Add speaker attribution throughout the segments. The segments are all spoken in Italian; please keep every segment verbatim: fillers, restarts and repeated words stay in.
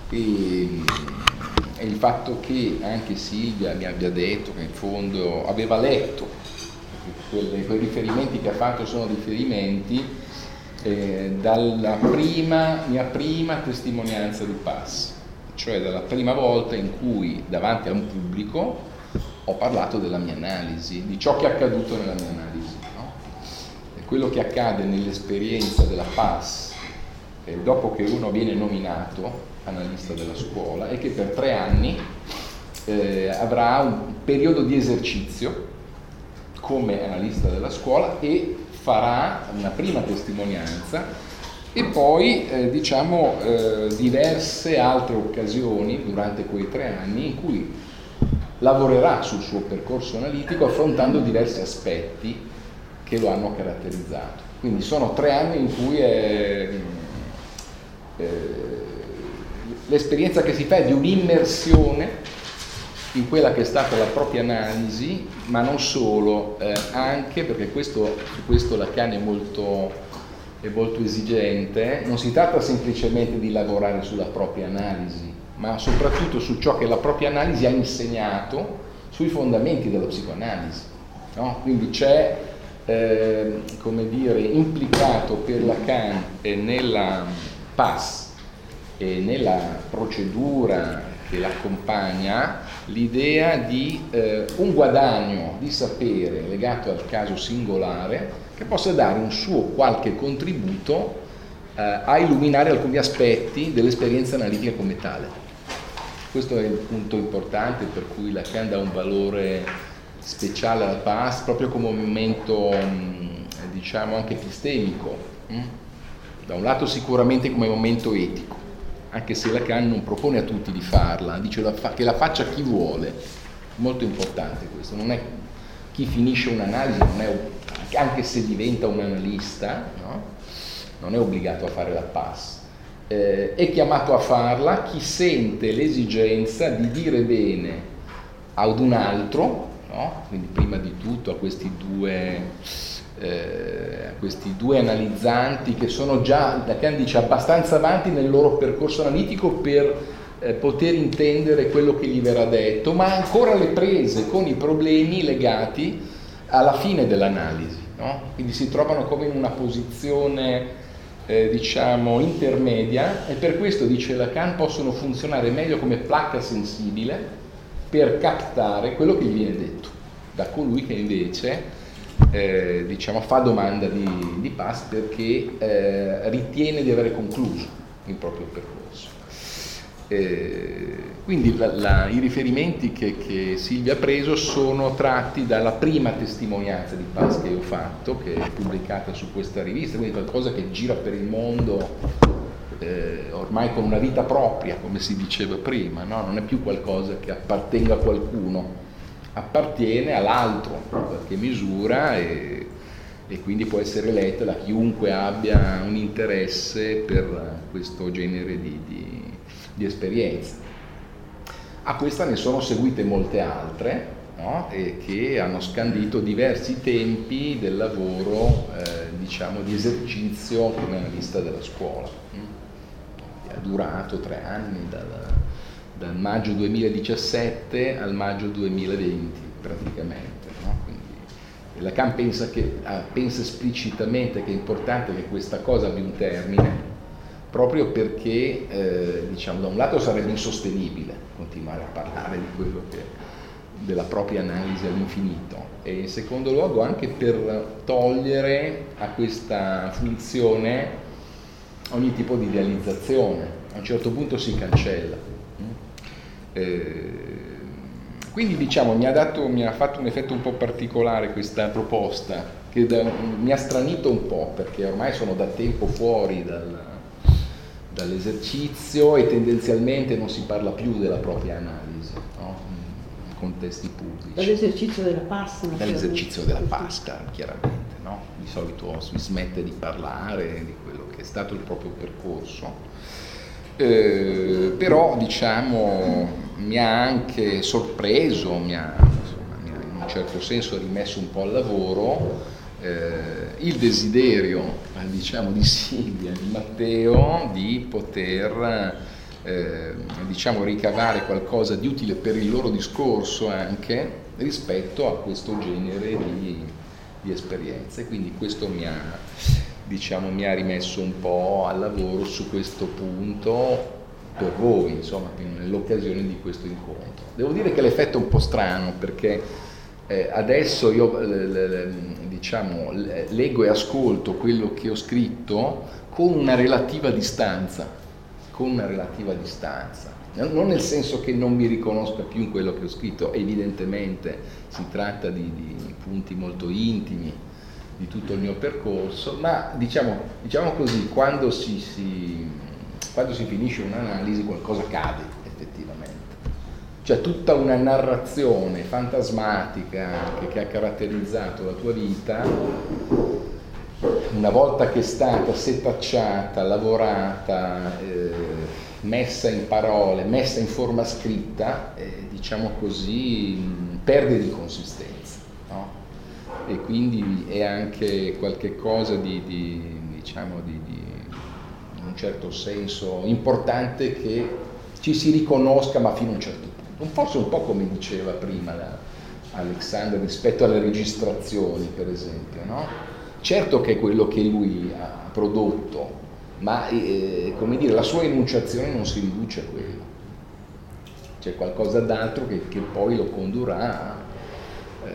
Speaker 1: e, e il fatto che anche Silvia mi abbia detto che in fondo aveva letto, quelle, quei riferimenti che ha fatto sono riferimenti eh, dalla prima, mia prima testimonianza di P A S, cioè dalla prima volta in cui davanti a un pubblico ho parlato della mia analisi, di ciò che è accaduto nella mia analisi, no? E quello che accade nell'esperienza della P A S eh, dopo che uno viene nominato analista della scuola è che per tre anni eh, avrà un periodo di esercizio come analista della scuola e farà una prima testimonianza e poi eh, diciamo eh, diverse altre occasioni durante quei tre anni in cui lavorerà sul suo percorso analitico affrontando diversi aspetti che lo hanno caratterizzato. Quindi sono tre anni in cui è, eh, l'esperienza che si fa è di un'immersione in quella che è stata la propria analisi, ma non solo, eh, anche perché questo, su questo Lacan è molto, è molto esigente, non si tratta semplicemente di lavorare sulla propria analisi, ma soprattutto su ciò che la propria analisi ha insegnato sui fondamenti della psicoanalisi, no? Quindi c'è, eh, come dire, implicato per Lacan e nella P A S e nella procedura che l'accompagna l'idea di eh, un guadagno di sapere legato al caso singolare che possa dare un suo qualche contributo eh, a illuminare alcuni aspetti dell'esperienza analitica come tale. Questo è il punto importante per cui Lacan dà un valore speciale alla P A S proprio come un momento mh, diciamo anche epistemico, mh? Da un lato sicuramente come momento etico, anche se Lacan non propone a tutti di farla, dice la fa- che la faccia chi vuole, molto importante questo, non è chi finisce un'analisi, non è, anche se diventa un analista, no? Non è obbligato a fare la P A S, eh, è chiamato a farla chi sente l'esigenza di dire bene ad un altro, no? Quindi prima di tutto a questi due Eh, questi due analizzanti che sono già, Lacan dice, abbastanza avanti nel loro percorso analitico per eh, poter intendere quello che gli verrà detto, ma ancora le prese con i problemi legati alla fine dell'analisi, no? Quindi si trovano come in una posizione eh, diciamo intermedia e per questo, dice Lacan, possono funzionare meglio come placca sensibile per captare quello che gli viene detto da colui che invece Eh, diciamo fa domanda di, di P A S perché eh, ritiene di avere concluso il proprio percorso. Eh, quindi la, la, i riferimenti che, che Silvia ha preso sono tratti dalla prima testimonianza di P A S che ho fatto, che è pubblicata su questa rivista, quindi qualcosa che gira per il mondo eh, ormai con una vita propria, come si diceva prima, no? Non è più qualcosa che appartenga a qualcuno, appartiene all'altro in qualche misura e, e quindi può essere letta da chiunque abbia un interesse per questo genere di, di, di esperienza. A questa ne sono seguite molte altre, no? E che hanno scandito diversi tempi del lavoro eh, diciamo di esercizio come analista della scuola. Che ha durato tre anni dal dal maggio duemiladiciassette al maggio duemilaventi praticamente, no? Quindi Lacan pensa, che, ah, pensa esplicitamente che è importante che questa cosa abbia un termine, proprio perché eh, diciamo da un lato sarebbe insostenibile continuare a parlare di quello che della propria analisi all'infinito e in secondo luogo anche per togliere a questa funzione ogni tipo di idealizzazione, a un certo punto si cancella. Eh, quindi diciamo mi ha, dato, mi ha fatto un effetto un po' particolare questa proposta che da, mi ha stranito un po' perché ormai sono da tempo fuori dal, dall'esercizio e tendenzialmente non si parla più della propria analisi, no? In contesti pubblici.
Speaker 2: Dall'esercizio della P A S?
Speaker 1: Dall'esercizio della P A S, chiaramente, no? Di solito si smette di parlare di quello che è stato il proprio percorso. Eh, però diciamo mi ha anche sorpreso, mi ha, insomma, mi ha in un certo senso rimesso un po' al lavoro eh, il desiderio eh, diciamo di Silvia e di Matteo di poter eh, diciamo ricavare qualcosa di utile per il loro discorso anche rispetto a questo genere di, di esperienze. Quindi questo mi ha, diciamo, mi ha rimesso un po' al lavoro su questo punto per voi, insomma, nell'occasione di questo incontro. Devo dire che l'effetto è un po' strano, perché eh, adesso io le, le, diciamo, leggo e ascolto quello che ho scritto con una relativa distanza, con una relativa distanza. Non nel senso che non mi riconosca più in quello che ho scritto, evidentemente si tratta di, di punti molto intimi di tutto il mio percorso, ma diciamo, diciamo così, quando si, si quando si finisce un'analisi qualcosa cade effettivamente, cioè tutta una narrazione fantasmatica che, che ha caratterizzato la tua vita, una volta che è stata setacciata, lavorata, eh, messa in parole, messa in forma scritta, eh, diciamo così, mh, perde di consistenza, no? E quindi è anche qualche cosa di, di diciamo di, di in un certo senso importante che ci si riconosca, ma fino a un certo punto. Forse un po' come diceva prima la Alexandra rispetto alle registrazioni, per esempio, no? Certo che è quello che lui ha prodotto, ma eh, come dire, la sua enunciazione non si riduce a quello. C'è qualcosa d'altro che, che poi lo condurrà a, eh,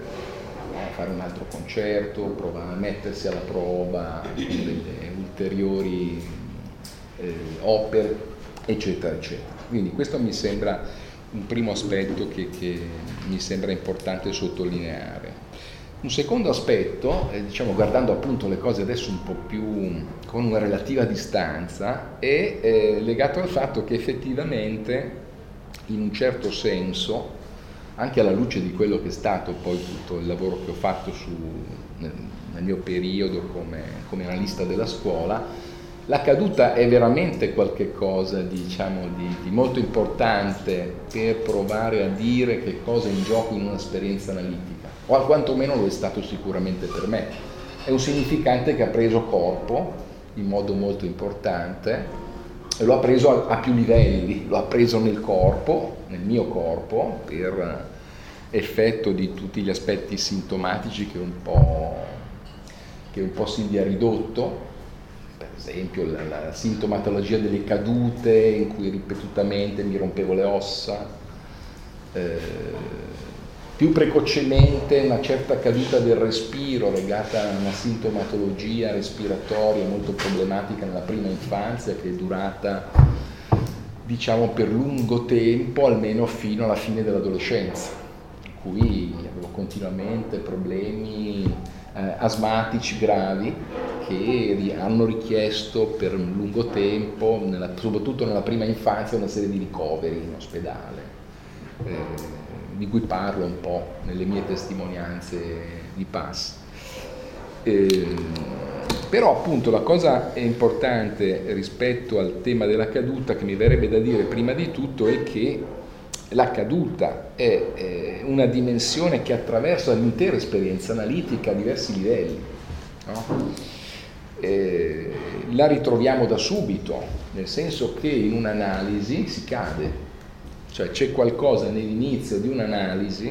Speaker 1: a fare un altro concerto, provare a mettersi alla prova con delle ulteriori eh, opere, eccetera, eccetera. Quindi questo mi sembra un primo aspetto che, che mi sembra importante sottolineare. Un secondo aspetto, eh, diciamo guardando appunto le cose adesso un po' più con una relativa distanza, è eh, legato al fatto che effettivamente in un certo senso, anche alla luce di quello che è stato poi tutto il lavoro che ho fatto su, nel, nel mio periodo come, come analista della scuola, la caduta è veramente qualche cosa, diciamo, di, di molto importante per provare a dire che cosa è in gioco in un'esperienza analitica, o quantomeno lo è stato sicuramente per me. È un significante che ha preso corpo in modo molto importante, e lo ha preso a, a più livelli, lo ha preso nel corpo, nel mio corpo, per effetto di tutti gli aspetti sintomatici che un po', che un po' Silvia ha ridotto. Per esempio la, la sintomatologia delle cadute in cui ripetutamente mi rompevo le ossa, eh, più precocemente una certa caduta del respiro legata a una sintomatologia respiratoria molto problematica nella prima infanzia, che è durata, diciamo, per lungo tempo, almeno fino alla fine dell'adolescenza, in cui avevo continuamente problemi eh, asmatici gravi che hanno richiesto per un lungo tempo, nella, soprattutto nella prima infanzia, una serie di ricoveri in ospedale, eh, di cui parlo un po' nelle mie testimonianze di P A S. Eh, però appunto la cosa importante rispetto al tema della caduta, che mi verrebbe da dire prima di tutto, è che la caduta è eh, una dimensione che attraversa l'intera esperienza analitica a diversi livelli, no? Eh, la ritroviamo da subito, nel senso che in un'analisi si cade, cioè c'è qualcosa nell'inizio di un'analisi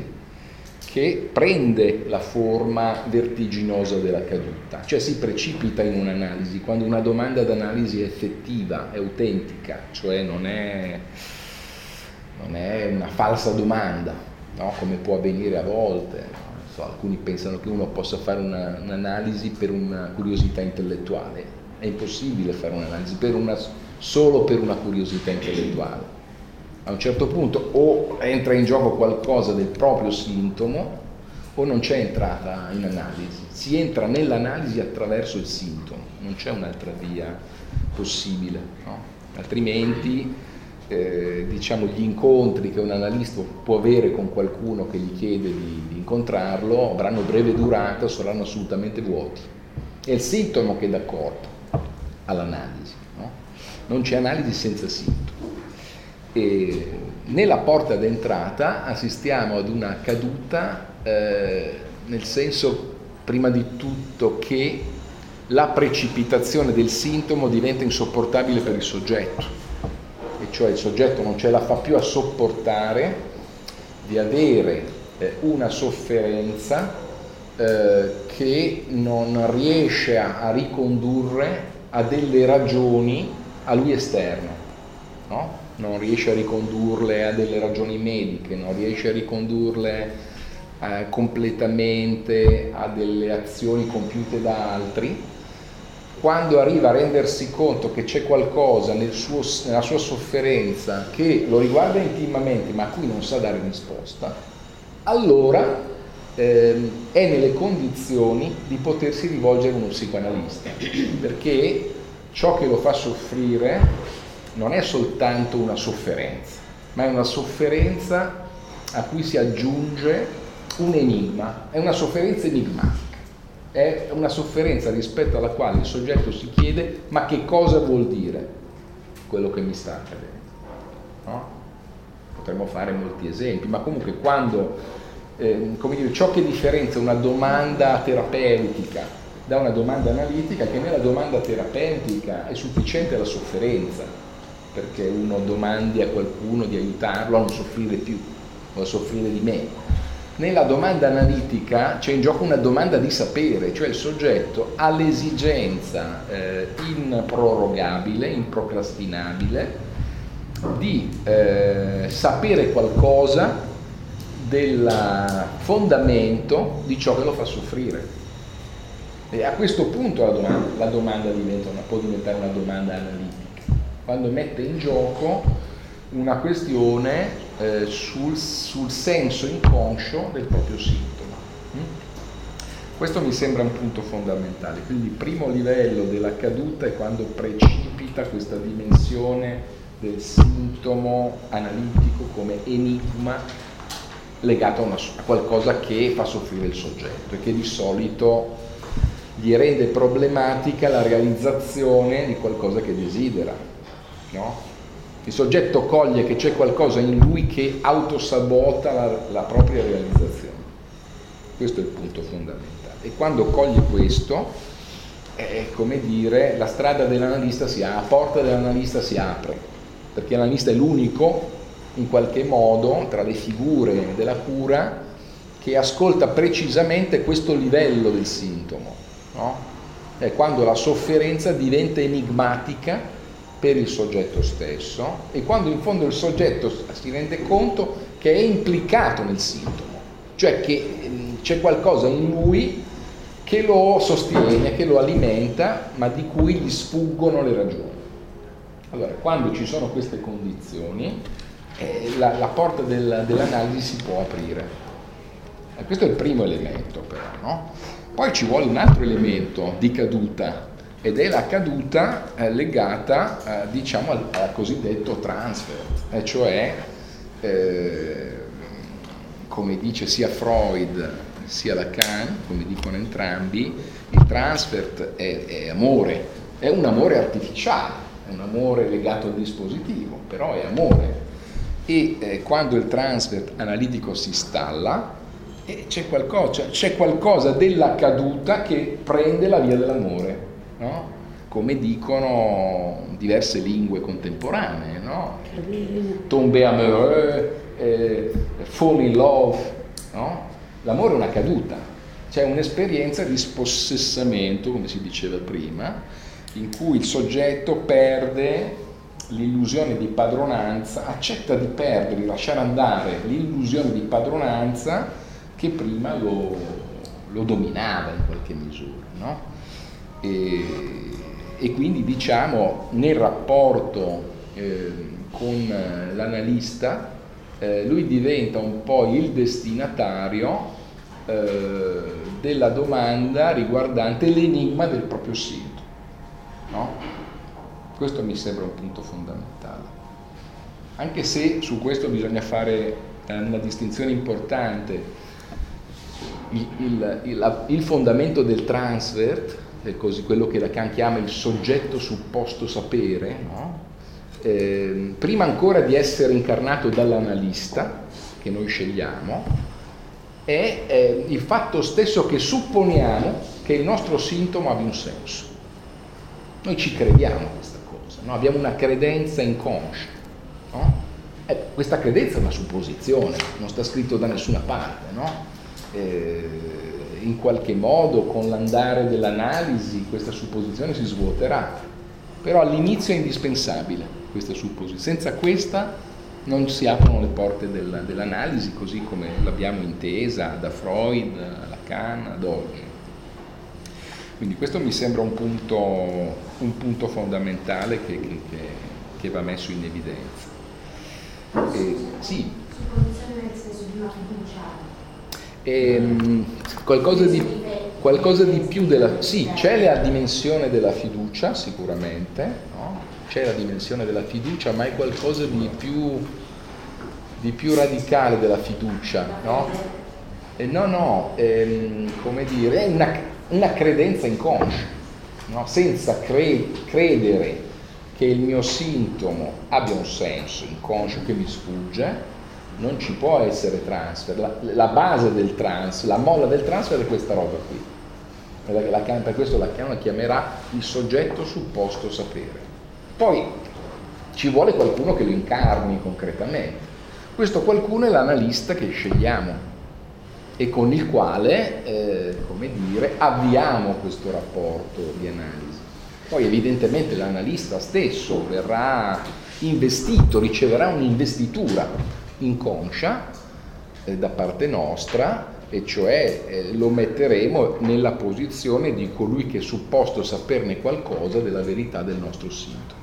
Speaker 1: che prende la forma vertiginosa della caduta, cioè si precipita in un'analisi quando una domanda d'analisi è effettiva, è autentica, cioè non è, non è una falsa domanda, no? Come può avvenire a volte. So, alcuni pensano che uno possa fare una, un'analisi per una curiosità intellettuale. È impossibile fare un'analisi per una, solo per una curiosità intellettuale. A un certo punto o entra in gioco qualcosa del proprio sintomo o non c'è entrata in analisi. Si entra nell'analisi attraverso il sintomo, non c'è un'altra via possibile, no? Altrimenti Eh, diciamo gli incontri che un analista può avere con qualcuno che gli chiede di, di incontrarlo avranno breve durata, saranno assolutamente vuoti. È il sintomo che dà corpo all'analisi, no? Non c'è analisi senza sintomo. E nella porta d'entrata assistiamo ad una caduta, eh, nel senso, prima di tutto, che la precipitazione del sintomo diventa insopportabile per il soggetto. e cioè il soggetto non ce la fa più a sopportare di avere eh, una sofferenza eh, che non riesce a, a ricondurre a delle ragioni a lui esterne, no? Non riesce a ricondurle a delle ragioni mediche, non riesce a ricondurle eh, completamente a delle azioni compiute da altri. Quando arriva a rendersi conto che c'è qualcosa nel suo, nella sua sofferenza che lo riguarda intimamente ma a cui non sa dare risposta, allora ehm, è nelle condizioni di potersi rivolgere a uno psicoanalista, perché ciò che lo fa soffrire non è soltanto una sofferenza, ma è una sofferenza a cui si aggiunge un enigma, è una sofferenza enigmatica. È una sofferenza rispetto alla quale il soggetto si chiede: ma che cosa vuol dire quello che mi sta accadendo? No? Potremmo fare molti esempi, ma comunque quando, eh, come dire, ciò che differenzia una domanda terapeutica da una domanda analitica è che nella domanda terapeutica è sufficiente la sofferenza, perché uno domandi a qualcuno di aiutarlo a non soffrire più o a soffrire di meno. Nella domanda analitica c'è in gioco una domanda di sapere, cioè il soggetto ha l'esigenza eh, improrogabile, improcrastinabile di eh, sapere qualcosa del fondamento di ciò che lo fa soffrire. E a questo punto la domanda, la domanda diventa una, può diventare una domanda analitica, quando mette in gioco una questione eh, sul, sul senso inconscio del proprio sintomo. Mm? Questo mi sembra un punto fondamentale. Quindi il primo livello della caduta è quando precipita questa dimensione del sintomo analitico come enigma legato a, una, a qualcosa che fa soffrire il soggetto e che di solito gli rende problematica la realizzazione di qualcosa che desidera, no? Il soggetto coglie che c'è qualcosa in lui che autosabota la, la propria realizzazione. Questo è il punto fondamentale. E quando coglie questo, è come dire, la strada dell'analista si apre, la porta dell'analista si apre, perché l'analista è l'unico, in qualche modo, tra le figure della cura, che ascolta precisamente questo livello del sintomo, no? È quando la sofferenza diventa enigmatica per il soggetto stesso e quando in fondo il soggetto si rende conto che è implicato nel sintomo, cioè che c'è qualcosa in lui che lo sostiene, che lo alimenta, ma di cui gli sfuggono le ragioni. Allora, quando ci sono queste condizioni, eh, la, la porta del, dell'analisi si può aprire. E questo è il primo elemento, però, no? Poi ci vuole un altro elemento di caduta, ed è la caduta eh, legata eh, diciamo al, al cosiddetto transfer, eh, cioè eh, come dice sia Freud sia Lacan, come dicono entrambi, il transfer è, è amore, è un amore artificiale, è un amore legato al dispositivo, però è amore. E eh, quando il transfer analitico si installa, eh, c'è qualcosa, c'è qualcosa della caduta che prende la via dell'amore, no? Come dicono diverse lingue contemporanee, no? Tomber amoureux, eh, fall in love, no? L'amore è una caduta, c'è un'esperienza di spossessamento, come si diceva prima, in cui il soggetto perde l'illusione di padronanza, accetta di perdere, di lasciare andare l'illusione di padronanza che prima lo, lo dominava in qualche misura, no? E, e quindi diciamo nel rapporto eh, con l'analista eh, lui diventa un po' il destinatario eh, della domanda riguardante l'enigma del proprio sintomo, no? Questo mi sembra un punto fondamentale, anche se su questo bisogna fare una distinzione importante. Il, il, il, il fondamento del transfer, è così, quello che Lacan chiama il soggetto supposto sapere, no? eh, prima ancora di essere incarnato dall'analista, che noi scegliamo, è eh, il fatto stesso che supponiamo che il nostro sintomo abbia un senso. Noi ci crediamo a questa cosa, no? Abbiamo una credenza inconscia. Eh, questa credenza è una supposizione, non sta scritto da nessuna parte, no? Eh, in qualche modo con l'andare dell'analisi questa supposizione si svuoterà, però all'inizio è indispensabile questa supposizione, senza questa non si aprono le porte della, dell'analisi così come l'abbiamo intesa da Freud a Lacan ad oggi. Quindi questo mi sembra un punto, un punto fondamentale che, che, che, che va messo in evidenza. Eh, sì.
Speaker 2: Supposizione nel senso di una fiducia.
Speaker 1: Ehm, qualcosa, di, qualcosa di più della... Sì, c'è la dimensione della fiducia sicuramente, no? C'è la dimensione della fiducia, ma è qualcosa di più, di più radicale della fiducia, no? E no, no, ehm, come dire, è una, una credenza inconscia, no? Senza cre- credere che il mio sintomo abbia un senso inconscio che mi sfugge, non ci può essere transfer. La, la base del transfer, la molla del transfer è questa roba qui. La, la, per questo Lacan la chiamerà il soggetto supposto sapere. Poi ci vuole qualcuno che lo incarni concretamente. Questo qualcuno è l'analista che scegliamo e con il quale, eh, come dire, avviamo questo rapporto di analisi. Poi evidentemente l'analista stesso verrà investito, riceverà un'investitura inconscia eh, da parte nostra, e cioè eh, lo metteremo nella posizione di colui che è supposto saperne qualcosa della verità del nostro sintomo.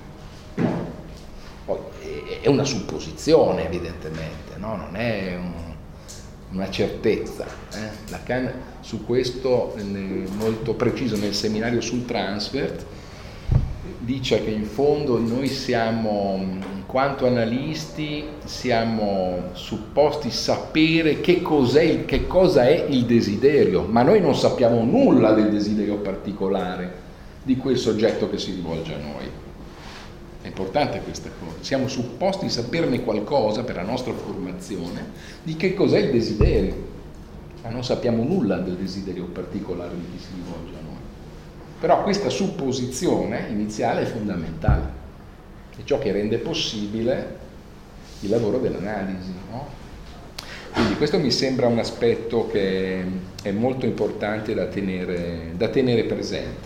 Speaker 1: Poi è una supposizione evidentemente, no? Non è un, una certezza. Eh? Lacan su questo è molto preciso nel seminario sul transfert, dice che in fondo noi siamo, in quanto analisti, siamo supposti sapere che cos'è il, che cosa è il desiderio, ma noi non sappiamo nulla del desiderio particolare di quel soggetto che si rivolge a noi. È importante questa cosa. Siamo supposti saperne qualcosa per la nostra formazione di che cos'è il desiderio, ma non sappiamo nulla del desiderio particolare di chi si rivolge a noi. Però questa supposizione iniziale è fondamentale, è ciò che rende possibile il lavoro dell'analisi, no? Quindi questo mi sembra un aspetto che è molto importante da tenere, da tenere presente.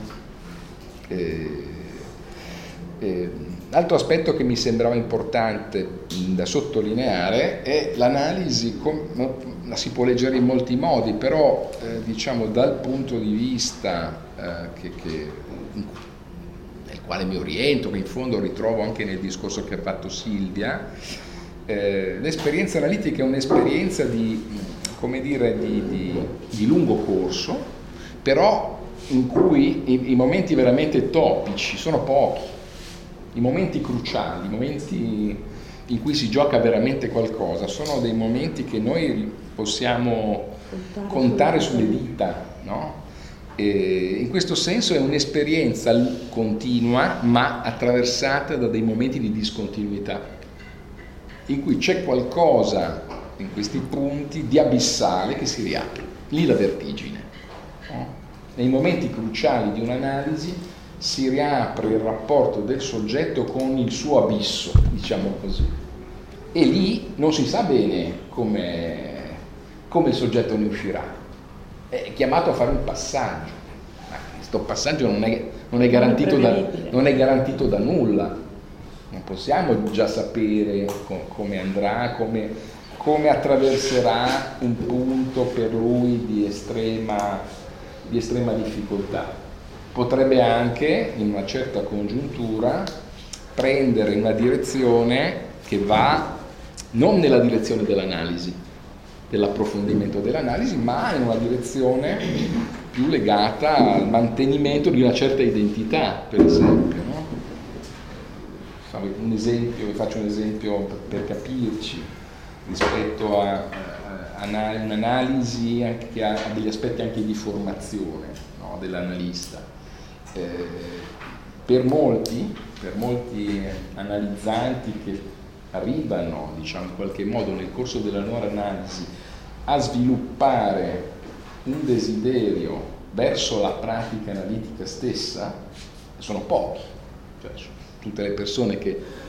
Speaker 1: Eh, eh, l'altro aspetto che mi sembrava importante da sottolineare è l'analisi, la si può leggere in molti modi, però eh, diciamo dal punto di vista eh, che, che, nel quale mi oriento, che in fondo ritrovo anche nel discorso che ha fatto Silvia, eh, l'esperienza analitica è un'esperienza di, come dire, di, di, di lungo corso, però in cui i, i momenti veramente topici sono pochi, i momenti cruciali, i momenti in cui si gioca veramente qualcosa, sono dei momenti che noi possiamo contare, contare sulle dita, no? E in questo senso è un'esperienza continua ma attraversata da dei momenti di discontinuità, in cui c'è qualcosa in questi punti di abissale che si riapre, lì la vertigine, no? Nei momenti cruciali di un'analisi si riapre il rapporto del soggetto con il suo abisso, diciamo così, e lì non si sa bene come, come il soggetto ne uscirà. È chiamato a fare un passaggio, ma questo passaggio non è, non è, garantito, da, non è garantito da nulla, non possiamo già sapere co- come andrà, come, come attraverserà un punto per lui di estrema, di estrema difficoltà. Potrebbe anche, in una certa congiuntura, prendere una direzione che va non nella direzione dell'analisi, dell'approfondimento dell'analisi, ma in una direzione più legata al mantenimento di una certa identità, per esempio, no? Un esempio, vi faccio un esempio per, per capirci, rispetto a, a, a un'analisi che ha degli aspetti anche di formazione, no, dell'analista. Eh, per molti, per molti analizzanti che arrivano, diciamo, in qualche modo nel corso della loro analisi a sviluppare un desiderio verso la pratica analitica stessa, sono pochi, cioè tutte le persone che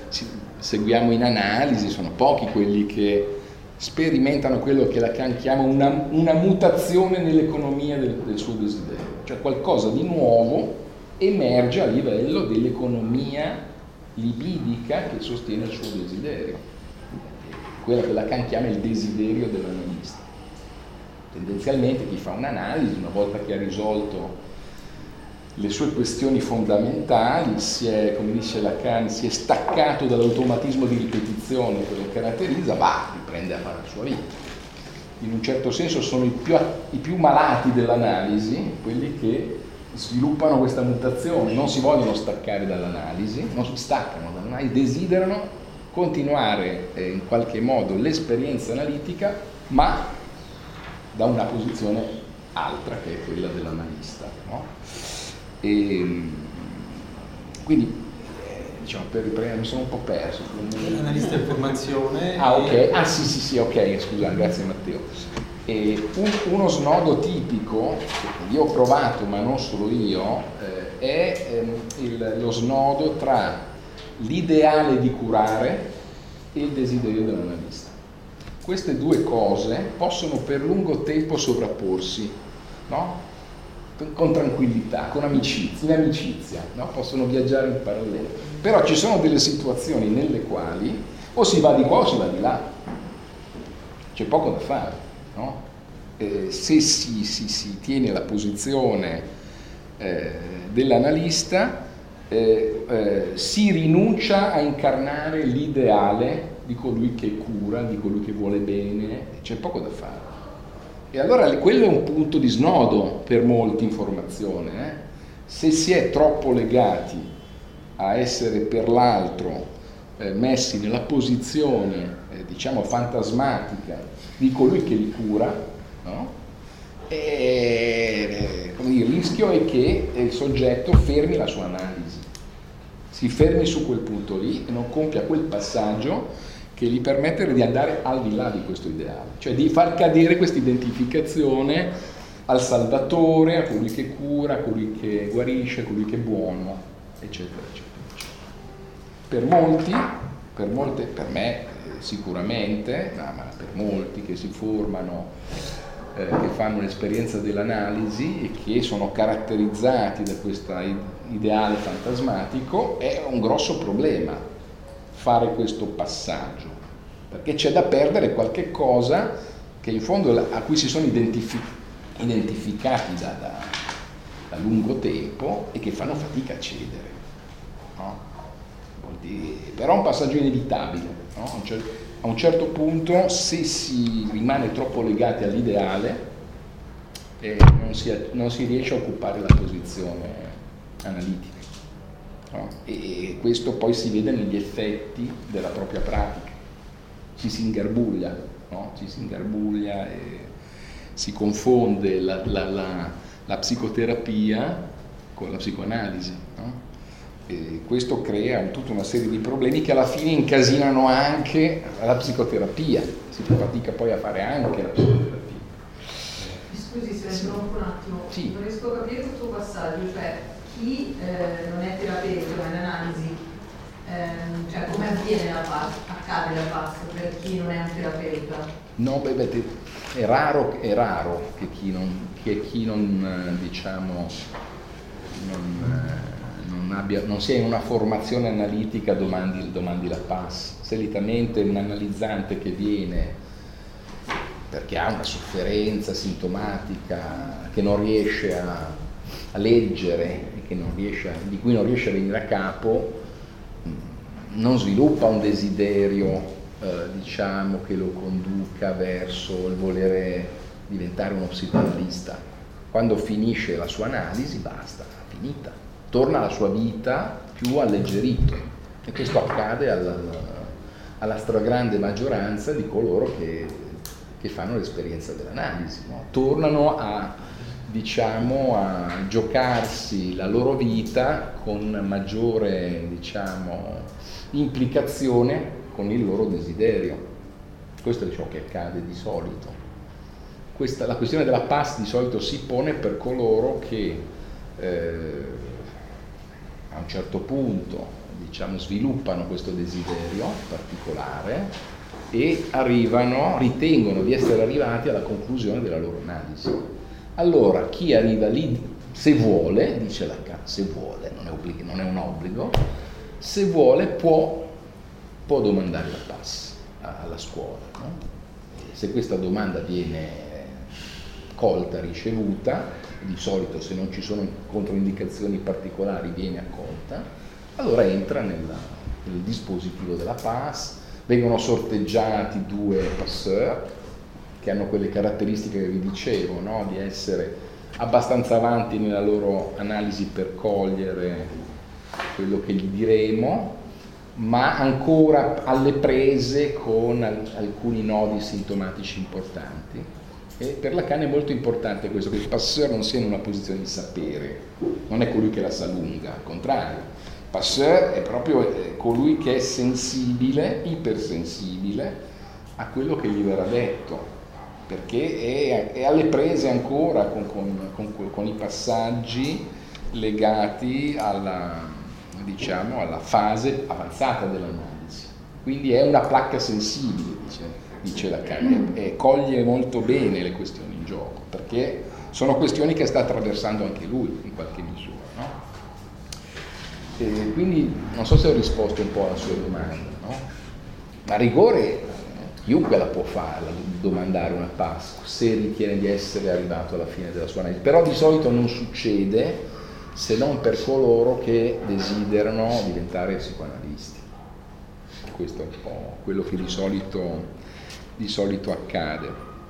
Speaker 1: seguiamo in analisi, sono pochi quelli che sperimentano quello che Lacan chiama una, una mutazione nell'economia del, del suo desiderio, cioè qualcosa di nuovo emerge a livello dell'economia libidica che sostiene il suo desiderio, quello che Lacan chiama il desiderio dell'analista. Tendenzialmente chi fa un'analisi, una volta che ha risolto le sue questioni fondamentali, si è, come dice Lacan, si è staccato dall'automatismo di ripetizione che lo caratterizza, va, riprende a fare la sua vita. In un certo senso sono i più, i più malati dell'analisi, quelli che sviluppano questa mutazione, non si vogliono staccare dall'analisi, non si staccano dall'analisi, desiderano continuare eh, in qualche modo l'esperienza analitica, ma da una posizione altra che è quella dell'analista, no? E, quindi, eh, diciamo, per riprendere, mi sono un po' perso.
Speaker 3: L'analista in formazione.
Speaker 1: Ah, ok. Ah, sì, sì, sì, ok, scusa, grazie Matteo. E un, uno snodo tipico, che io ho provato, ma non solo io, eh, è ehm, il, lo snodo tra l'ideale di curare e il desiderio dell'analista. Queste due cose possono per lungo tempo sovrapporsi, no? Con tranquillità, con amicizia, in amicizia, no? Possono viaggiare in parallelo. Però ci sono delle situazioni nelle quali o si va di qua o si va di là, c'è poco da fare, no? Eh, se si, si, si tiene la posizione eh, dell'analista, eh, eh, si rinuncia a incarnare l'ideale di colui che cura, di colui che vuole bene, c'è poco da fare. E allora quello è un punto di snodo per molti in formazione. Eh? Se si è troppo legati a essere per l'altro eh, messi nella posizione, eh, diciamo, fantasmatica di colui che li cura, no? E, eh, come dire, il rischio è che il soggetto fermi la sua analisi, si fermi su quel punto lì e non compia quel passaggio che gli permette di andare al di là di questo ideale, cioè di far cadere questa identificazione al salvatore, a colui che cura, a colui che guarisce, a colui che è buono, eccetera, eccetera, eccetera. Per molti, per molte, per me eh, sicuramente, no, ma per molti che si formano, eh, che fanno l'esperienza dell'analisi e che sono caratterizzati da questo ideale fantasmatico, è un grosso problema fare questo passaggio, perché c'è da perdere qualche cosa che in fondo a cui si sono identifi- identificati da, da, da lungo tempo e che fanno fatica a cedere, no? Però è un passaggio inevitabile, no? A un, cer- a un certo punto, se si rimane troppo legati all'ideale, eh, non, si, non si riesce a occupare la posizione analitica. No? E questo poi si vede negli effetti della propria pratica, ci si ingarbuglia, no? Ci si ingarbuglia e si confonde la, la, la, la psicoterapia con la psicoanalisi, no? E questo crea tutta una serie di problemi che alla fine incasinano anche la psicoterapia, si fa fatica poi a fare anche la psicoterapia.
Speaker 4: Scusi se sì. interrompo un attimo,
Speaker 1: sì.
Speaker 4: Non riesco a capire questo passaggio, cioè chi eh, non è terapeuta, ma in analisi, ehm, cioè come avviene la P A S, accade la P A S per chi non è un terapeuta?
Speaker 1: No, beh, beh, è raro, è raro che chi non, che chi non diciamo, non, non, abbia, non sia in una formazione analitica domandi, domandi la P A S. Solitamente un analizzante che viene perché ha una sofferenza sintomatica che non riesce a a leggere, che non riesce a, di cui non riesce a venire a capo, non sviluppa un desiderio eh, diciamo che lo conduca verso il volere diventare uno psicoanalista. Quando finisce la sua analisi basta, è finita, torna alla sua vita più alleggerito, e questo accade alla, alla stragrande maggioranza di coloro che, che fanno l'esperienza dell'analisi, no? Tornano a diciamo a giocarsi la loro vita con maggiore diciamo implicazione con il loro desiderio. Questo è ciò che accade di solito. Questa, la questione della P A S di solito si pone per coloro che eh, a un certo punto, diciamo, sviluppano questo desiderio particolare e arrivano, ritengono di essere arrivati alla conclusione della loro analisi. Allora, chi arriva lì, se vuole, dice Lacan, se vuole, non è, obblig- non è un obbligo, se vuole può, può domandare la pass alla scuola, no? Se questa domanda viene colta, ricevuta, di solito se non ci sono controindicazioni particolari viene accolta, allora entra nella, nel dispositivo della pass, vengono sorteggiati due passeur che hanno quelle caratteristiche che vi dicevo, no? Di essere abbastanza avanti nella loro analisi per cogliere quello che gli diremo, ma ancora alle prese con alcuni nodi sintomatici importanti. E per Lacan è molto importante questo, che il passeur non sia in una posizione di sapere, non è colui che la sa lunga, al contrario. Il passeur è proprio colui che è sensibile, ipersensibile a quello che gli verrà detto, perché è, è alle prese ancora con, con, con, con i passaggi legati alla, diciamo, alla fase avanzata dell'analisi. Quindi è una placca sensibile, dice, dice Lacan, e, e coglie molto bene le questioni in gioco, perché sono questioni che sta attraversando anche lui in qualche misura, no? E quindi non so se ho risposto un po' alla sua domanda, no? Ma a rigore chiunque la può fare, domandare una pass, se ritiene di essere arrivato alla fine della sua analisi, però di solito non succede se non per coloro che desiderano diventare psicoanalisti. Questo è un po' quello che di solito, di solito accade.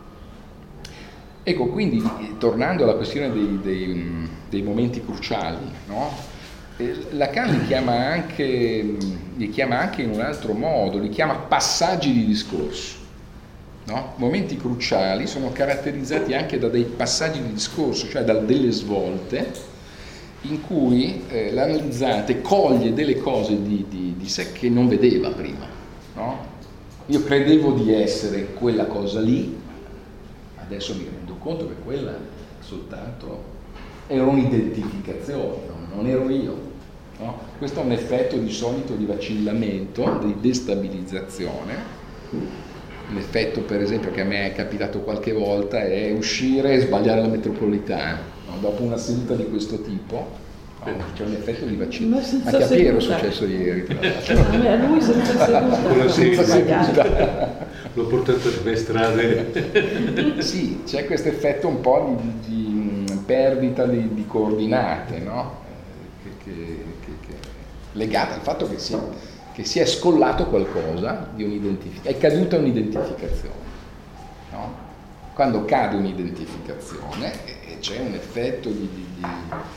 Speaker 1: Ecco, quindi tornando alla questione dei, dei, dei momenti cruciali, no? Lacan li chiama anche, li chiama anche in un altro modo, li chiama passaggi di discorso, no? Momenti cruciali sono caratterizzati anche da dei passaggi di discorso, cioè da delle svolte in cui eh, l'analizzante coglie delle cose di, di, di sé che non vedeva prima, no? Io credevo di essere quella cosa lì, adesso mi rendo conto che quella soltanto era un'identificazione, non, non ero io, no? Questo è un effetto di solito di vacillamento, di destabilizzazione. L'effetto, per esempio, che a me è capitato qualche volta è uscire e sbagliare la metropolitana, no? Dopo una seduta di questo tipo, no? C'è un effetto di vacillamento. Anche a Piero è successo ieri, tra l'altro.
Speaker 5: A lui senza seduta.
Speaker 1: Senza seduta.
Speaker 3: L'ho portato per strade.
Speaker 1: Sì, c'è questo effetto un po' di, di perdita di, di coordinate, no? Che, che, che, che legata al fatto che si, che si è scollato qualcosa di un'identificazione, è caduta un'identificazione, no? Quando cade un'identificazione c'è un effetto di, di, di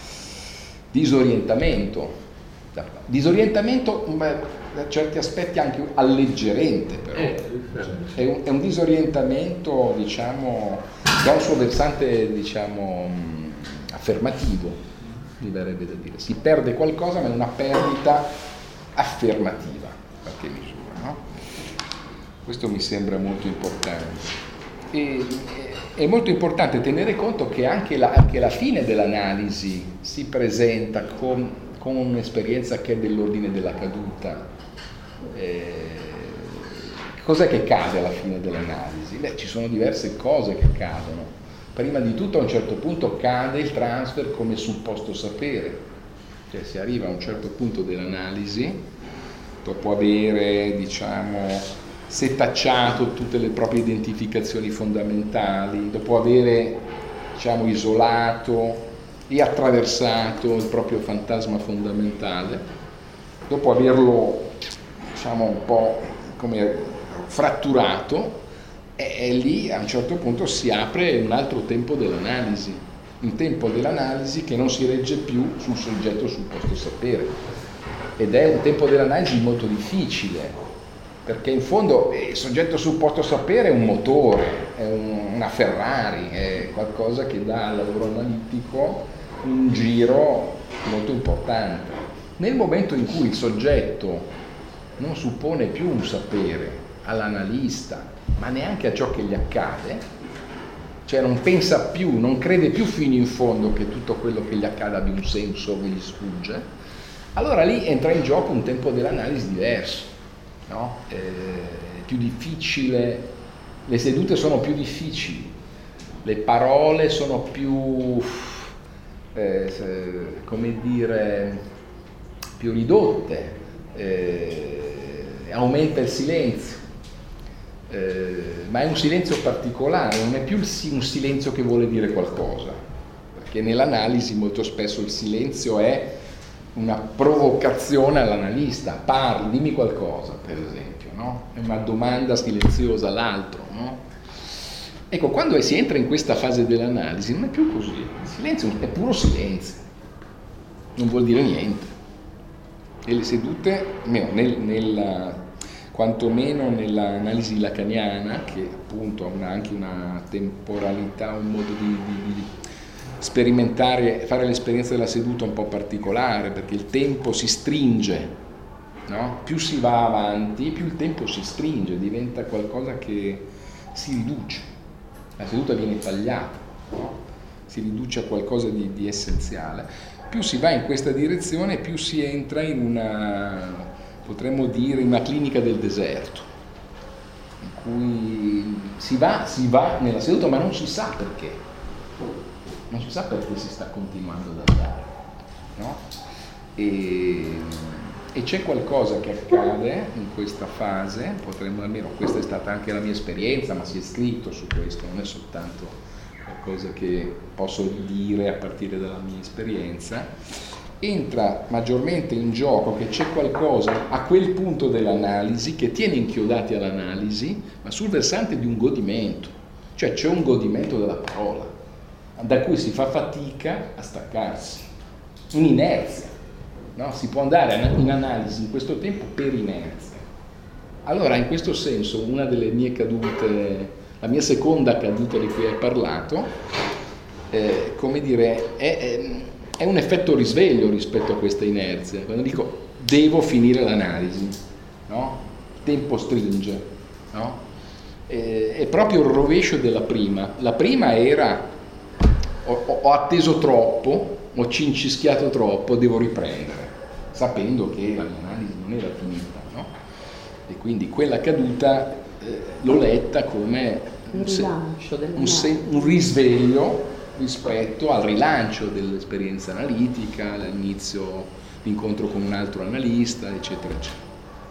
Speaker 1: disorientamento, disorientamento da certi aspetti anche alleggerente, però è un, è un disorientamento, diciamo, che ha un suo versante, diciamo, affermativo, mi verrebbe da dire. Si perde qualcosa, ma è una perdita affermativa, in qualche misura, no? Questo mi sembra molto importante. E, è molto importante tenere conto che anche la, anche la fine dell'analisi si presenta con, con un'esperienza che è dell'ordine della caduta. Eh, cos'è che cade alla fine dell'analisi? Beh, ci sono diverse cose che cadono. Prima di tutto, a un certo punto cade il transfer come supposto sapere, cioè si arriva a un certo punto dell'analisi dopo avere, diciamo, setacciato tutte le proprie identificazioni fondamentali, dopo avere, diciamo, isolato e attraversato il proprio fantasma fondamentale, dopo averlo, diciamo, un po' come fratturato, e, e lì a un certo punto si apre un altro tempo dell'analisi, un tempo dell'analisi che non si regge più sul soggetto supposto sapere, ed è un tempo dell'analisi molto difficile, perché in fondo il soggetto supposto sapere è un motore, è un, una Ferrari, è qualcosa che dà al lavoro analitico un giro molto importante. Nel momento in cui il soggetto non suppone più un sapere all'analista, ma neanche a ciò che gli accade, cioè non pensa più, non crede più fino in fondo che tutto quello che gli accade abbia un senso che gli sfugge, allora lì entra in gioco un tempo dell'analisi diverso, no? Eh, più difficile, le sedute sono più difficili, le parole sono più, eh, come dire, più ridotte, eh, aumenta il silenzio, eh, ma è un silenzio particolare, non è più un silenzio che vuole dire qualcosa, perché nell'analisi molto spesso il silenzio è una provocazione all'analista, parli, dimmi qualcosa, per esempio, no? È una domanda silenziosa all'altro, no? Ecco, quando si entra in questa fase dell'analisi non è più così, il silenzio è puro silenzio, non vuol dire niente. E le sedute, almeno nel, nella, quantomeno nell'analisi lacaniana, che appunto ha una, anche una temporalità, un modo di, di, di sperimentare, fare l'esperienza della seduta un po' particolare, perché il tempo si stringe, no? Più si va avanti, più il tempo si stringe, diventa qualcosa che si riduce. La seduta viene tagliata, no? Si riduce a qualcosa di, di essenziale. Più si va in questa direzione, più si entra in una, potremmo dire, una clinica del deserto, in cui si va, si va nella seduta, ma non si sa perché, non si sa perché si sta continuando ad andare, no? E, e c'è qualcosa che accade in questa fase, potremmo, almeno questa è stata anche la mia esperienza, ma si è scritto su questo, non è soltanto qualcosa che posso dire a partire dalla mia esperienza, entra maggiormente in gioco che c'è qualcosa a quel punto dell'analisi che tiene inchiodati all'analisi, ma sul versante di un godimento, cioè c'è un godimento della parola, da cui si fa fatica a staccarsi, un'inerzia. No? Si può andare in analisi in questo tempo per inerzia. Allora, in questo senso, una delle mie cadute, la mia seconda caduta di cui hai parlato, eh, come dire, è, è, è un effetto risveglio rispetto a questa inerzia. Quando dico devo finire l'analisi, no? Il tempo stringe, no? Eh, è proprio il rovescio della prima. La prima era ho, ho atteso troppo, ho cincischiato troppo, devo riprendere, sapendo che la mia analisi non era finita, no? E quindi quella caduta eh, l'ho letta come un, rilancio un, se, un risveglio rispetto al rilancio dell'esperienza analitica, all'inizio l'incontro con un altro analista, eccetera, eccetera.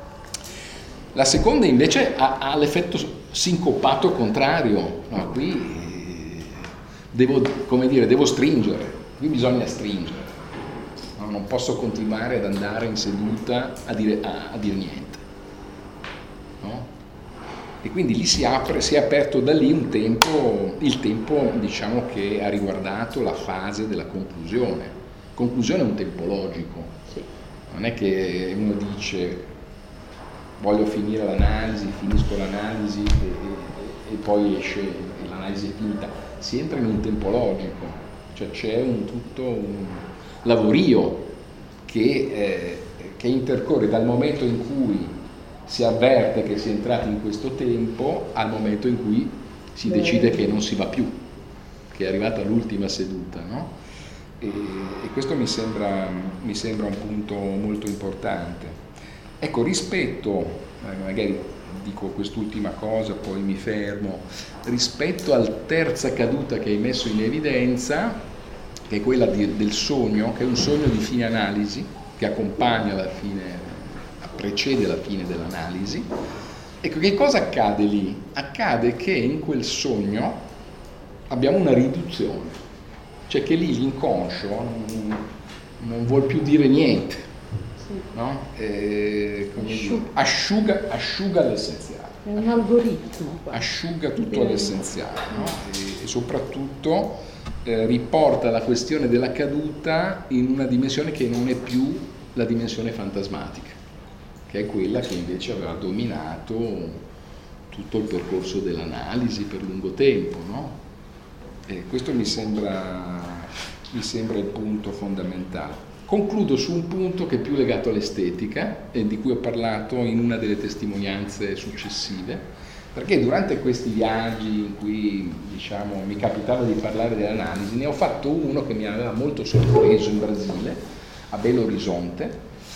Speaker 1: La seconda invece ha, ha l'effetto sincopato contrario, no? Qui eh, devo, come dire, devo stringere, qui bisogna stringere. Non posso continuare ad andare in seduta a dire, a, a dire niente, no? E quindi lì si apre, si è aperto da lì un tempo, il tempo diciamo che ha riguardato la fase della conclusione. Conclusione è un tempo logico, sì. Non è che uno dice voglio finire l'analisi, finisco l'analisi e, e, e poi esce e l'analisi è finita. Si entra in un tempo logico, cioè c'è un tutto un lavorio che, eh, che intercorre dal momento in cui si avverte che si è entrati in questo tempo al momento in cui si decide che non si va più, che è arrivata l'ultima seduta, no? E, e questo mi sembra, mi sembra un punto molto importante. Ecco, rispetto, eh, magari dico quest'ultima cosa, poi mi fermo, rispetto alla terza caduta che hai messo in evidenza, che è quella di, del sogno, che è un sogno di fine analisi, che accompagna la fine, precede la fine dell'analisi. Ecco, che cosa accade lì? Accade che in quel sogno abbiamo una riduzione, cioè che lì l'inconscio non, non vuol più dire niente, no? Eh, come dire, asciuga, asciuga l'essenziale.
Speaker 5: È un algoritmo.
Speaker 1: Asciuga tutto all'essenziale, no? E, e soprattutto eh, riporta la questione della caduta in una dimensione che non è più la dimensione fantasmatica, che è quella che invece aveva dominato tutto il percorso dell'analisi per lungo tempo, no? E questo mi sembra, mi sembra il punto fondamentale. Concludo su un punto che è più legato all'estetica e di cui ho parlato in una delle testimonianze successive, perché durante questi viaggi in cui, diciamo, mi capitava di parlare dell'analisi, ne ho fatto uno che mi aveva molto sorpreso in Brasile, a Belo Horizonte,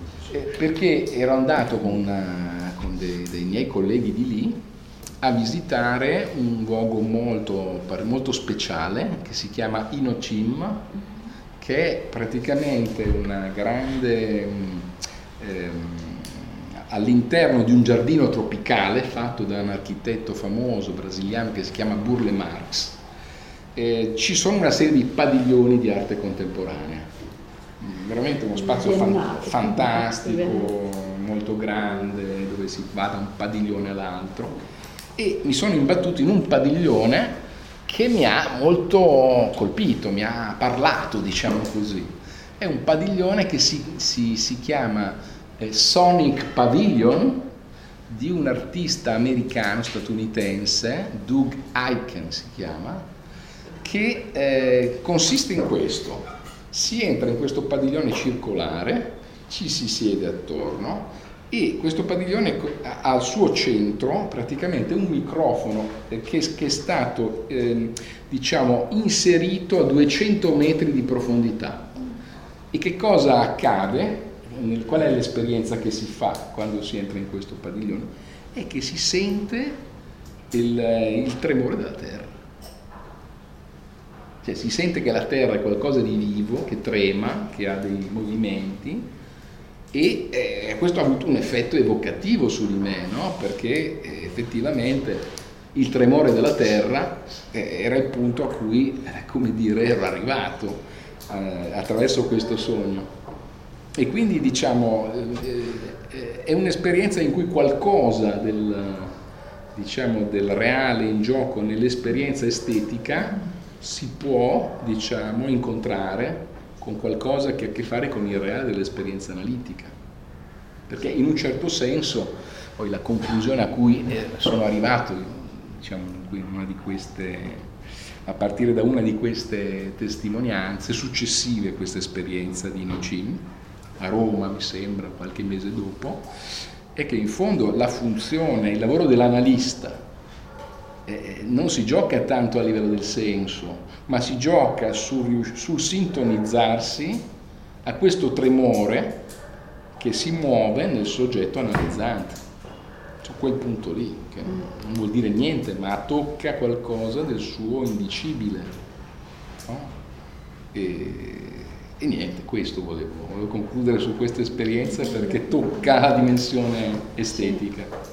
Speaker 1: Eh, perché ero andato con, una, con dei, dei miei colleghi di lì a visitare un luogo molto, molto speciale che si chiama Inochim, che è praticamente una grande... Ehm, all'interno di un giardino tropicale fatto da un architetto famoso brasiliano che si chiama Burle Marx. Eh, ci sono una serie di padiglioni di arte contemporanea, veramente uno spazio fan- fantastico, molto grande, dove si va da un padiglione all'altro, e mi sono imbattuto in un padiglione che mi ha molto colpito, mi ha parlato, diciamo così. È un padiglione che si, si, si chiama Sonic Pavilion, di un artista americano statunitense, Doug Aiken si chiama, che eh, consiste in questo: si entra in questo padiglione circolare, ci si siede attorno e questo padiglione ha al suo centro praticamente un microfono che, che è stato eh, diciamo inserito a duecento metri di profondità. E che cosa accade? Qual è l'esperienza che si fa quando si entra in questo padiglione? È che si sente il, il tremore della terra. Cioè si sente che la terra è qualcosa di vivo, che trema, che ha dei movimenti, e eh, questo ha avuto un effetto evocativo su di me, no? Perché eh, effettivamente il tremore della terra eh, era il punto a cui, eh, come dire, ero arrivato eh, attraverso questo sogno. E quindi diciamo eh, è un'esperienza in cui qualcosa del, diciamo, del reale in gioco nell'esperienza estetica si può, diciamo, incontrare con qualcosa che ha a che fare con il reale dell'esperienza analitica, perché in un certo senso poi la conclusione a cui eh, sono arrivato, diciamo, in una di queste, a partire da una di queste testimonianze successive a questa esperienza di Inochim a Roma, mi sembra, qualche mese dopo, è che in fondo la funzione, il lavoro dell'analista eh, non si gioca tanto a livello del senso, ma si gioca sul, sul sintonizzarsi a questo tremore che si muove nel soggetto analizzante, su quel punto lì, che non vuol dire niente, ma tocca qualcosa del suo indicibile, no? E, E niente, questo volevo, volevo concludere su questa esperienza perché tocca la dimensione estetica.